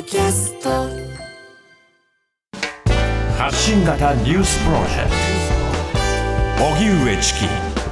キャスト発信型ニュースプロジェクト荻上チキ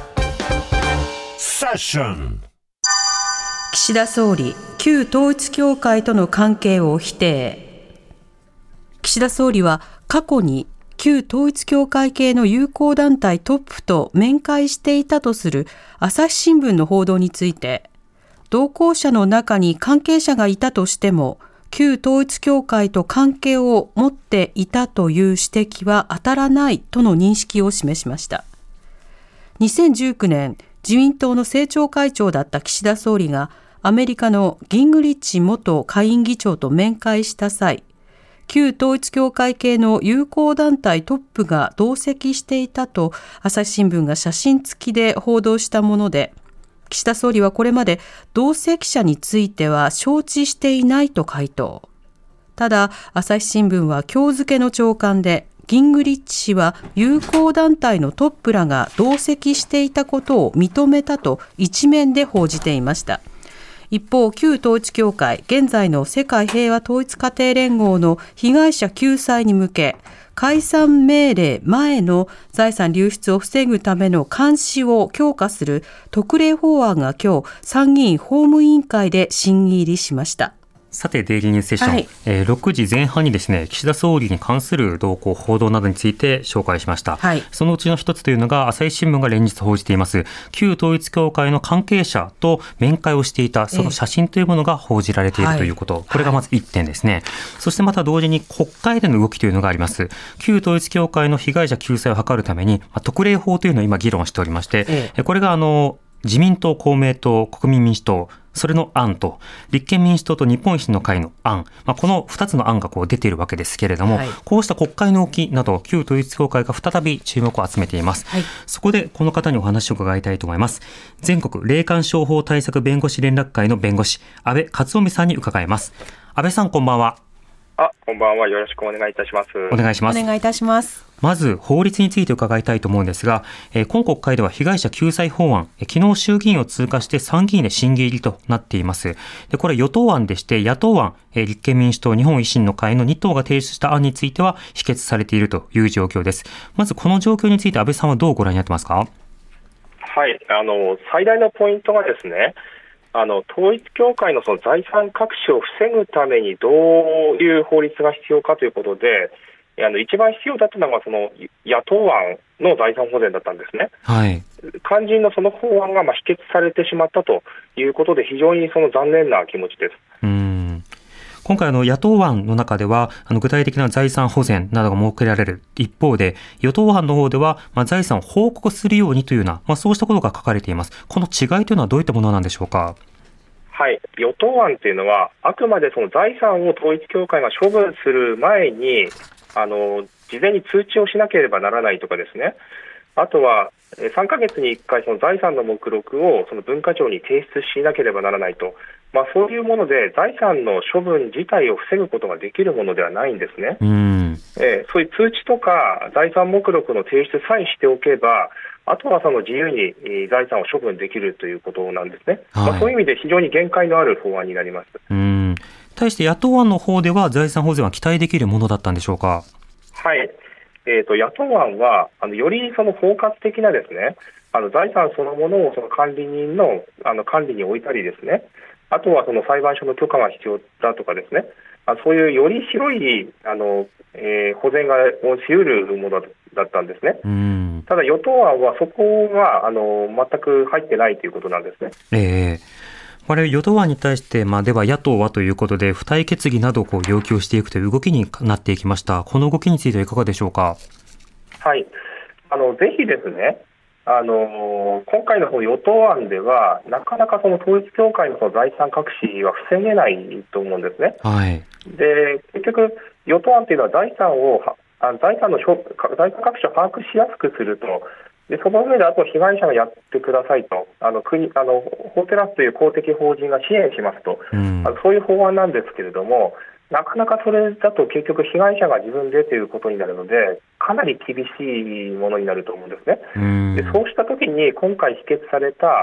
セッション。 岸田総理、旧統一教会との関係を否定。岸田総理は過去に旧統一教会系の友好団体トップと面会していたとする朝日新聞の報道について、同行者の中に関係者がいたとしても旧統一教会と関係を持っていたという指摘は当たらないとの認識を示しました。2019年、自民党の政調会長だった岸田総理がアメリカのギングリッチ元下院議長と面会した際、旧統一教会系の友好団体トップが同席していたと朝日新聞が写真付きで報道したもので、岸田総理はこれまで同席者については承知していないと回答。ただ、朝日新聞は今日付の朝刊で、ギングリッチ氏は友好団体のトップらが同席していたことを認めたと一面で報じていました。一方、旧統一教会、現在の世界平和統一家庭連合の被害者救済に向け、解散命令前の財産流出を防ぐための監視を強化する特例法案が今日、参議院法務委員会で審議入りしました。 さて、デイリーニュースセッション、 はい 6時前半にですね、岸田総理に関する動向報道などについて紹介しました、 はい、 そのうちの一つというのが朝日新聞が連日報じています旧統一教会の関係者と面会をしていたその写真というものが報じられているということ、これがまず1点ですね、そしてまた同時に国会での動きというのがあります。旧統一教会の被害者救済を図るために、特例法というのを今議論しておりまして、これが自民党、公明党、国民民主党、それの案と立憲民主党と日本維新の会の案、この2つの案が出ているわけですけれども、こうした国会の動きなど旧統一教会が再び注目を集めています、そこでこの方にお話を伺いたいと思います。全国霊感商法対策弁護士連絡会の弁護士、安倍克臣さんに伺います。安倍さん、こんばんは。 こんばんは。よろしくお願いいたします。 お願いします。 お願いいたします。 まず法律について伺いたいと思うんですが、今国会では被害者救済法案、昨日衆議院を通過して参議院で審議入りとなっています。で、これ与党案でして、野党案、立憲民主党、日本維新の会の2党が提出した案については否決されているという状況です。まずこの状況について安倍さんはどうご覧になってますか？ はい、最大のポイントがですね、統一教会のその財産隠しを防ぐためにどういう法律が必要かということで、一番必要だったのがその野党案の財産保全だったんですね。 はい。 肝心のその法案が否決されてしまったということで、非常にその残念な気持ちです。 今回野党案の中では具体的な財産保全などが設けられる一方で、与党案の方では財産を報告するようにというような、そうしたことが書かれています。この違いというのはどういったものなんでしょうか？ はい、与党案というのはあくまでその財産を統一教会が処分する前に事前に通知をしなければならないとかですね、あとは3ヶ月に1回その財産の目録をその文化庁に提出しなければならないと、そういうもので財産の処分自体を防ぐことができるものではないんですね。そういう通知とか財産目録の提出さえしておけば、あとはその自由に財産を処分できるということなんですね。そういう意味で非常に限界のある法案になります。 対して野党案の方では財産保全は期待できるものだったんでしょうか？ はい、野党案はよりその包括的なですね、財産そのものをその管理人の管理に置いたりですね、あとはその裁判所の許可が必要だとかですね、そういうより広い保全をし得るものだったんですね。ただ与党案はそこが全く入ってないということなんですね。 これ与党案に対して、では野党はということで付帯決議などを要求していくという動きになっていきました。この動きについてはいかがでしょうか？ はい、ぜひですね、今回の与党案ではなかなかその統一教会のその財産隠しは防げないと思うんですね。で、結局与党案というのは財産の財産隠しを把握しやすくすると。でその上であと被害者がやってくださいと、法テラスという公的法人が支援しますと、そういう法案なんですけれども、なかなかそれだと結局被害者が自分でということになるので、かなり厳しいものになると思うんですね。でそうしたときに今回否決された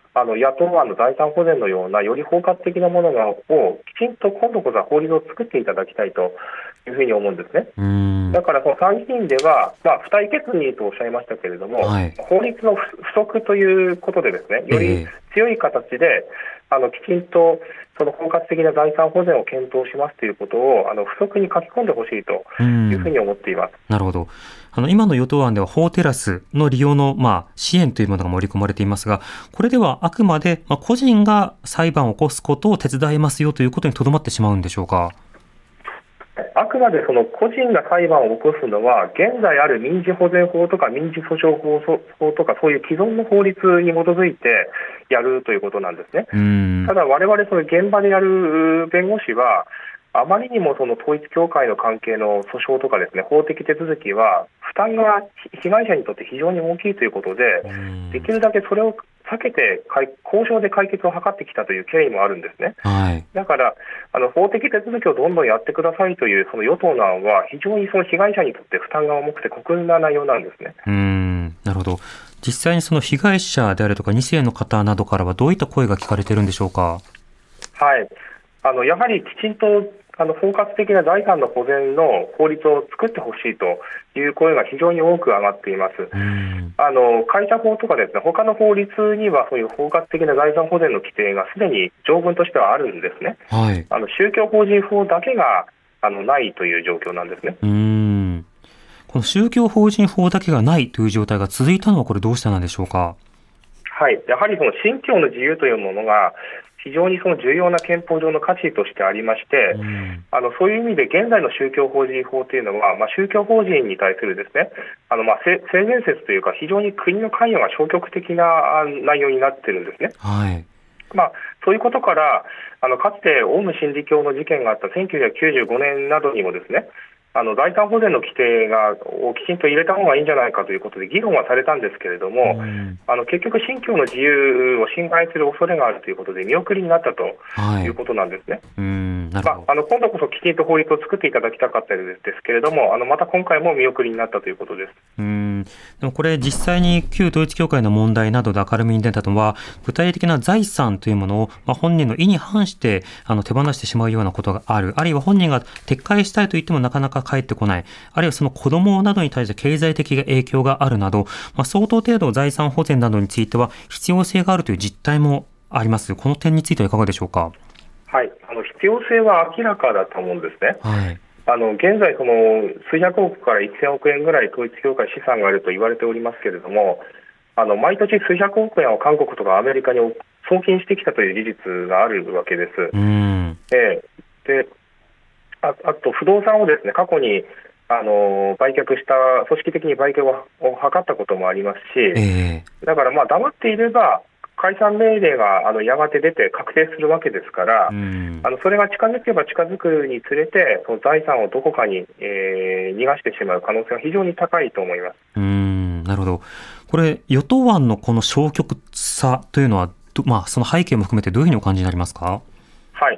野党案の財産保全のようなより包括的なものをきちんと今度こそは法律を作っていただきたいというふうに思うんですね。だからその参議院では、付帯決議とおっしゃいましたけれども、 はい、 法律の不足ということでですね、より強い形で、きちんとその包括的な財産保全を検討しますということを付則に書き込んでほしいというふうに思っています。 なるほど。今の与党案では法テラスの利用の支援というものが盛り込まれていますが、これではあくまで個人が裁判を起こすことを手伝いますよということにとどまってしまうんでしょうか。 あくまでその個人が裁判を起こすのは、現在ある民事保全法とか民事訴訟法とか、そういう既存の法律に基づいてやるということなんですね。ただ、我々その現場でやる弁護士は、あまりにもその統一教会の関係の訴訟とかですね、法的手続きは負担が被害者にとって非常に大きいということで、できるだけそれを避けて交渉で解決を図ってきたという経緯もあるんですね。 はい、 だから法的手続きをどんどんやってくださいというその与党の案は非常にその被害者にとって負担が重くて酷な内容なんですね。 なるほど。実際にその被害者であるとか2世の方などからはどういった声が聞かれているんでしょうか。 はい、やはりきちんと包括的な財産の保全の法律を作ってほしいという声が非常に多く上がっています。会社法とかですね、他の法律にはそういう包括的な財産保全の規定がすでに条文としてはあるんですね。 はい、 宗教法人法だけがないという状況なんですね。 この宗教法人法だけがないという状態が続いたのはこれどうしてなんでしょうか。 はい、やはりその信教の自由というものが非常にその重要な憲法上の価値としてありまして、そういう意味で現在の宗教法人法というのは、宗教法人に対するですね、性善説というか非常に国の関与が消極的な内容になっているんですね。 はい、 そういうことからかつてオウム真理教の事件があった1995年などにもですね、財産保全の規定をきちんと入れた方がいいんじゃないかということで議論はされたんですけれども、結局信教の自由を侵害する恐れがあるということで見送りになったということなんですね。今度こそきちんと法律を作っていただきたかったですけれども、また今回も見送りになったということです。 でもこれ実際に旧統一教会の問題などで明るみに出たのは、具体的な財産というものを、本人の意に反して手放してしまうようなことがある、あるいは本人が撤回したいと言ってもなかなか返ってこない、あるいはその子どもなどに対して経済的影響があるなど、相当程度財産保全などについては必要性があるという実態もあります。この点についてはいかがでしょうか。 はい、必要性は明らかだと思うんですね。現在その数百億から1000億円ぐらい統一教会資産があると言われておりますけれども、毎年数百億円を韓国とかアメリカに送金してきたという事実があるわけです。で、あと不動産をですね、過去に売却した組織的に売却を図ったこともありますし、だから黙っていれば解散命令がやがて出て確定するわけですから、それが近づけば近づくにつれてその財産をどこかに、逃がしてしまう可能性が非常に高いと思います。 なるほど。これ与党案のこの消極さというのはその背景も含めてどういうふうにお感じになりますか。 はい、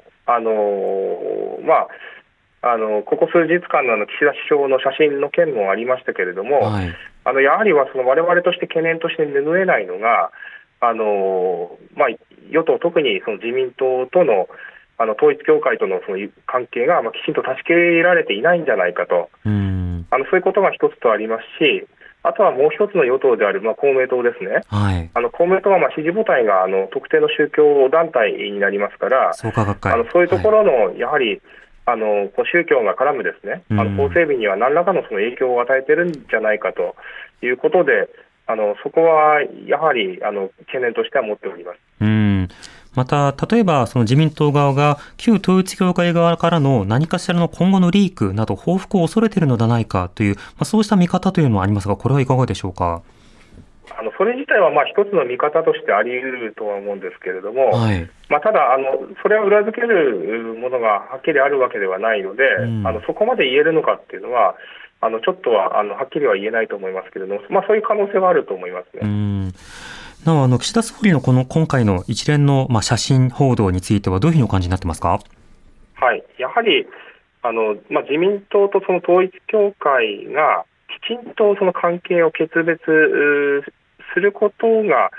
ここ数日間の岸田首相の写真の件もありましたけれども、やはりはその我々として懸念として拭えないのが、与党、特にその自民党との統一教会とのその関係がきちんと断ち切られていないんじゃないかと、そういうことが一つとありますし、あとはもう一つの与党である、公明党ですね。公明党は支持母体が特定の宗教団体になりますから、そういうところのやはり宗教が絡むですね、法整備には何らかのその影響を与えているんじゃないかということで、そこはやはり懸念としては持っております。 また例えばその自民党側が旧統一教会側からの何かしらの今後のリークなど報復を恐れているのではないかという、そうした見方というのもありますが、これはいかがでしょうか。 それ自体は一つの見方としてあり得るとは思うんですけれども、ただそれを裏付けるものがはっきりあるわけではないので、そこまで言えるのかっていうのはちょっとははっきりは言えないと思いますけれども、そういう可能性はあると思いますね。 なお岸田総理の今回の一連の写真報道についてはどういうふうにお感じになってますか。 はい、やはり自民党とその統一教会がきちんとその関係を決別することが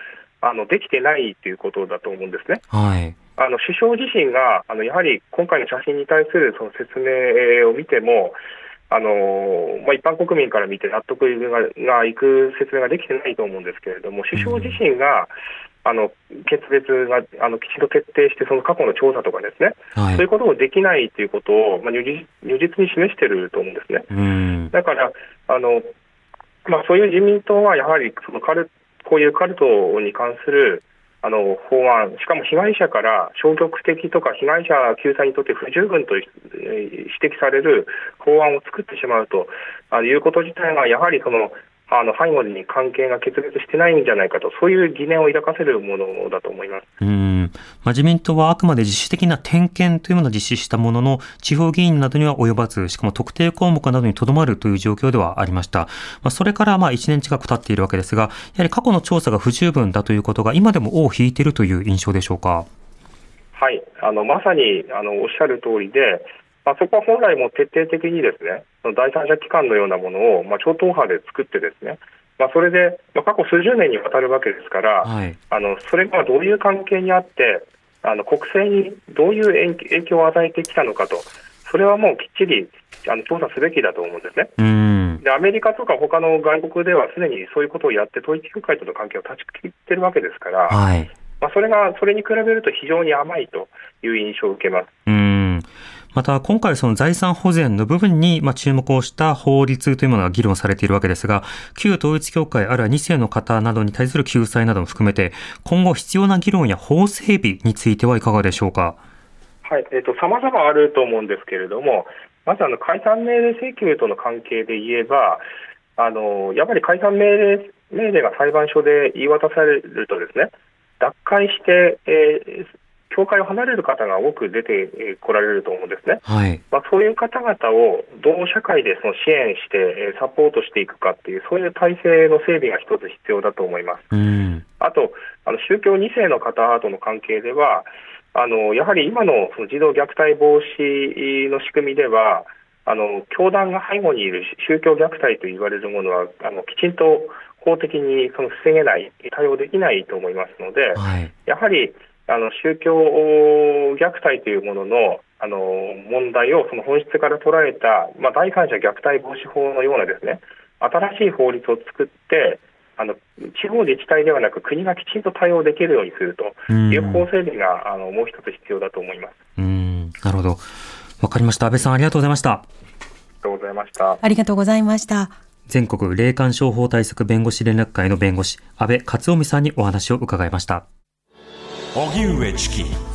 できてないということだと思うんですね。 はい。 首相自身がやはり今回の写真に対するその説明を見ても、一般国民から見て納得がいく説明ができてないと思うんですけれども、首相自身が決別がきちんと徹底して、その過去の調査とかですね、 はい、 そういうことをできないということを、如実に示していると思うんですね。だからそういう自民党はやはりこういうカルトに関する法案、しかも被害者から消極的とか被害者救済にとって不十分と指摘される法案を作ってしまうということ自体が、やはり背後に関係が決別してないんじゃないかと、そういう疑念を抱かせるものだと思います。 自民党はあくまで自主的な点検というものを実施したものの、地方議員などには及ばず、しかも特定項目などにとどまるという状況ではありました。それから1年近く経っているわけですが、やはり過去の調査が不十分だということが今でも尾を引いているという印象でしょうか。 はい、まさにおっしゃる通りで、そこは本来も徹底的にですね、第三者機関のようなものを超党派で作ってですね、それで過去数十年にわたるわけですから、はい、それがどういう関係にあって国政にどういう影響を与えてきたのかと、それはもうきっちり調査すべきだと思うんですね。でアメリカとか他の外国ではすでにそういうことをやって統一教会との関係を断ち切っているわけですから、はい、それに比べると非常に甘いという印象を受けます。 また今回その財産保全の部分に注目をした法律というものが議論されているわけですが、旧統一教会あるいは2世の方などに対する救済なども含めて今後必要な議論や法整備についてはいかがでしょうか。 はい、様々あると思うんですけれども、まず解散命令請求との関係で言えば、やっぱり解散命令が裁判所で言い渡されるとですね、脱会して教会を離れる方が多く出てこられると思うんですね。はい、そういう方々をどう社会で支援してサポートしていくかっていう、そういう体制の整備が一つ必要だと思います。あと宗教2世の方との関係ではやはり今の児童虐待防止の仕組みでは教団が背後にいる宗教虐待と言われるものはきちんと法的に防げない、対応できないと思いますので、はい、やはり宗教虐待というものの問題をその本質から捉えた、第三者虐待防止法のようなですね、新しい法律を作って地方自治体ではなく国がきちんと対応できるようにするという法整備がもう一つ必要だと思います。 なるほど、わかりました。安倍さん、ありがとうございました。 ありがとうございました。 ありがとうございました。 全国霊感商法対策弁護士連絡会の弁護士安倍克臣さんにお話を伺いました。 荻上チキ